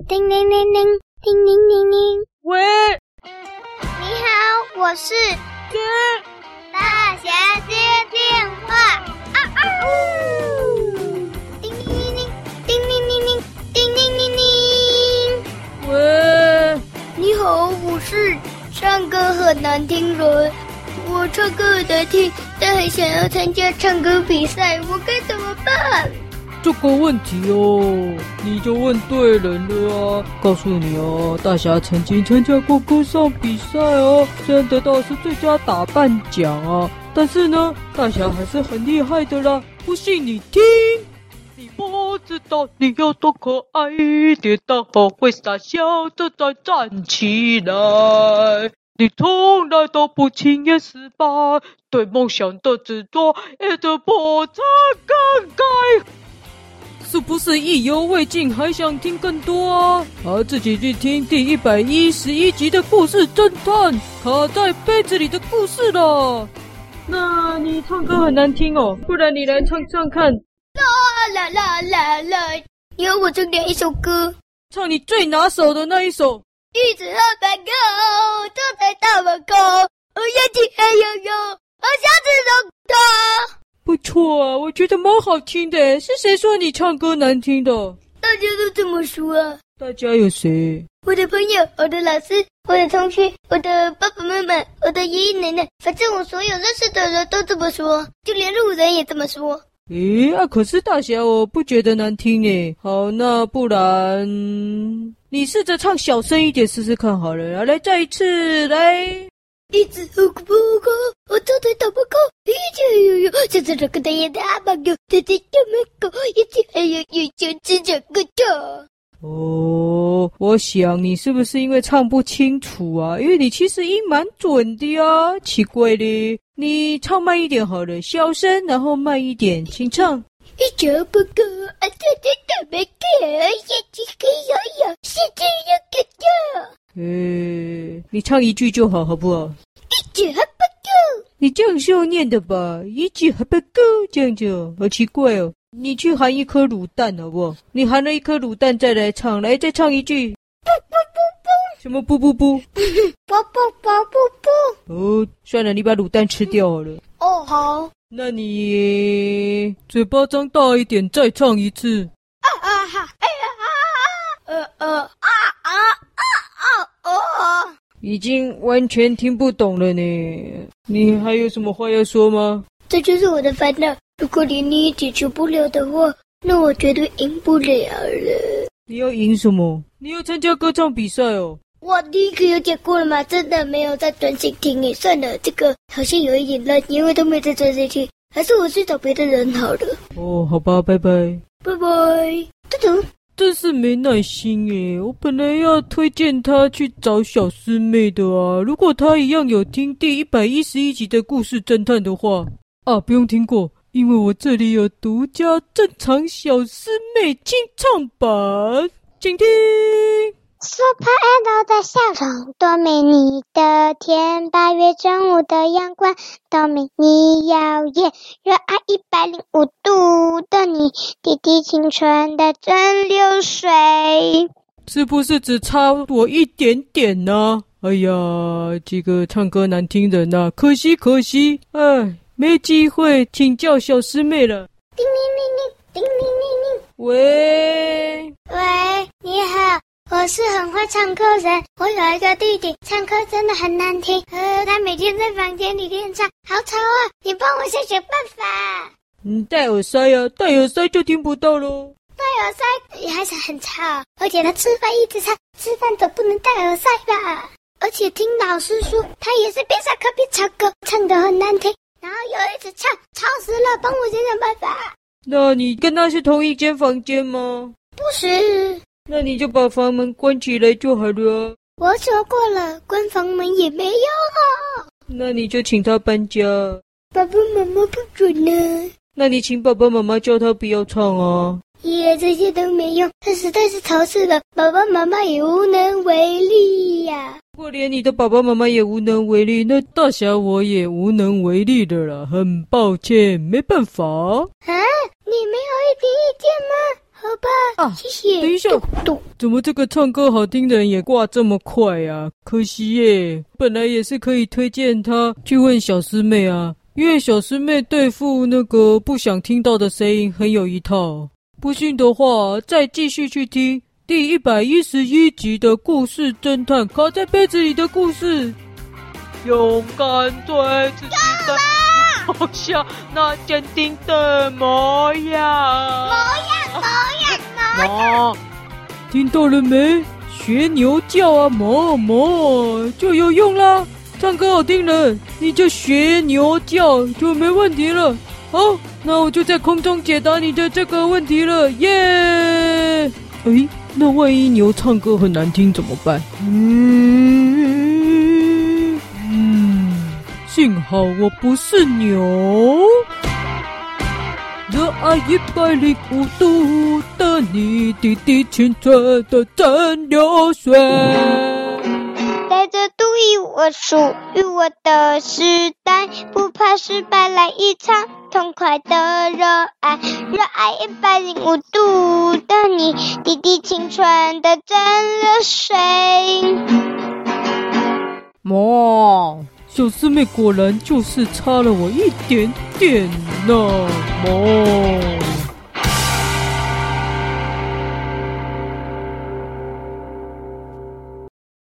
叮铃铃铃，叮铃铃铃。 喂， 你好，我是大侠接电话。叮铃铃铃，叮铃铃铃，叮铃铃铃。 喂， 你好，我是唱歌很难听人。我唱歌很难听，但还想要参加唱歌比赛，我该怎么办？ 这个问题哦，你就问对人了啊！告诉你哦，大侠曾经参加过歌唱比赛哦，虽然得到的是最佳打扮奖啊，但是呢，大侠还是很厉害的啦。不信你听，你不知道你有多可爱，跌倒后会傻笑着再站起来。你从来都不轻言失败，对梦想的执着也就不曾更改。是不是意犹未尽，还想听更多啊？好，自己去听第111集的故事侦探卡在杯子里的故事了。那你唱歌很难听哦，不然你来唱唱看。 啦啦啦啦啦！你要我唱哪一首歌？ 唱你最拿手的那一首。 一只二白狗坐在大门口，眼睛黑黝黝，好像只能它。 不错啊，我觉得蛮好听的。是谁说你唱歌难听的？ 大家都这么说啊。 大家有谁？ 我的朋友，我的老师，我的同学，我的爸爸妈妈，我的爷爷奶奶，反正我所有认识的人都这么说，就连路人也这么说。 可是大侠我不觉得难听耶。好，那不然你试着唱小声一点试试看好了。来，再一次，来。 一只猴狗，我坐在大门口，一只悠悠，这是这个大爷的阿爸狗，坐在大门口，一只还有一只吃这个的。 哦，我想你是不是因为唱不清楚啊？因为你其实音蛮准的啊，奇怪嘞。你唱慢一点好了，小声然后慢一点，请唱。 一只不够，坐在大门口，一只黑黝黝，是这个的。 你唱一句就好，好不好？ 一句还不够。 你这样是要念的吧？一句还不够，这样就好奇怪哦。你去含一颗卤蛋好不好？你含了一颗卤蛋再来唱，来再唱一句。 不不不不。 什么不不不？ 不不不不不。 哦，算了，你把卤蛋吃掉好了。 哦，好。 那你嘴巴张大一点，再唱一次。已经完全听不懂了呢。你还有什么话要说吗？ 这就是我的烦恼。如果连你也解决不了的话，那我绝对赢不了了。 你要赢什么？你要参加歌唱比赛哦。 我第一个有讲过了吗？真的没有在专心听诶。算了，这个好像有一点烂，因为都没在专心听。还是我去找别的人好了。 哦，好吧，拜拜。 拜拜。嘟嘟。 真是没耐心耶！我本来要推荐他去找小师妹的啊，如果他一样有听第111集的故事侦探的话啊，不用听过，因为我这里有独家珍藏小师妹清唱版，请听。 Super Idol 的笑容多美丽的天，8月正午的阳光多美丽耀眼，热爱105度的你，滴滴青春的蒸馏水。 是不是只差我一点点呢？哎呀，这个唱歌难听人啊，可惜可惜，哎，没机会请教小师妹了。 叮铃铃铃，叮铃铃铃。 喂， 你好。我是很会唱歌人，我有一个弟弟，唱歌真的很难听，他每天在房间里练唱，好吵啊！你帮我想想办法。 戴耳塞啊，戴耳塞就听不到咯。 戴耳塞还是很吵，而且他吃饭一直唱，吃饭总不能戴耳塞吧？而且听老师说，他也是边上课边唱歌，唱得很难听，然后又一直唱，吵死了，帮我想想办法。 那你跟他是同一间房间吗？ 不是。 那你就把房门关起来就好了。 我说过了，关房门也没用啊。 那你就请他搬家。 爸爸妈妈不准呢。 那你请爸爸妈妈叫他不要唱啊。 这些都没用，他实在是吵死了，爸爸妈妈也无能为力呀。 如果连你的爸爸妈妈也无能为力，那大侠我也无能为力的啦，很抱歉，没办法。 啊，你没有一点意见吗？ 好吧，谢谢。 等一下，怎么这个唱歌好听的人也挂这么快啊？可惜耶，本来也是可以推荐他去问小师妹啊，因为小师妹对付那个不想听到的声音很有一套。不信的话，再继续去听第111集的故事侦探卡在杯子里的故事。勇敢对自己的梦想那坚定的模样。听到了没？学牛叫啊，哞就有用啦。唱歌好听了，你就学牛叫就没问题了。好，那我就在空中解答你的这个问题了，耶！那万一牛唱歌很难听怎么办？幸好我不是牛。热爱105度的你，滴滴青春的蒸馏水， 带着独一无属于我的时代，不怕失败，来一场痛快的热爱。热爱105度的你，滴滴青春的蒸馏水。 小师妹果然就是差了我一点点呢，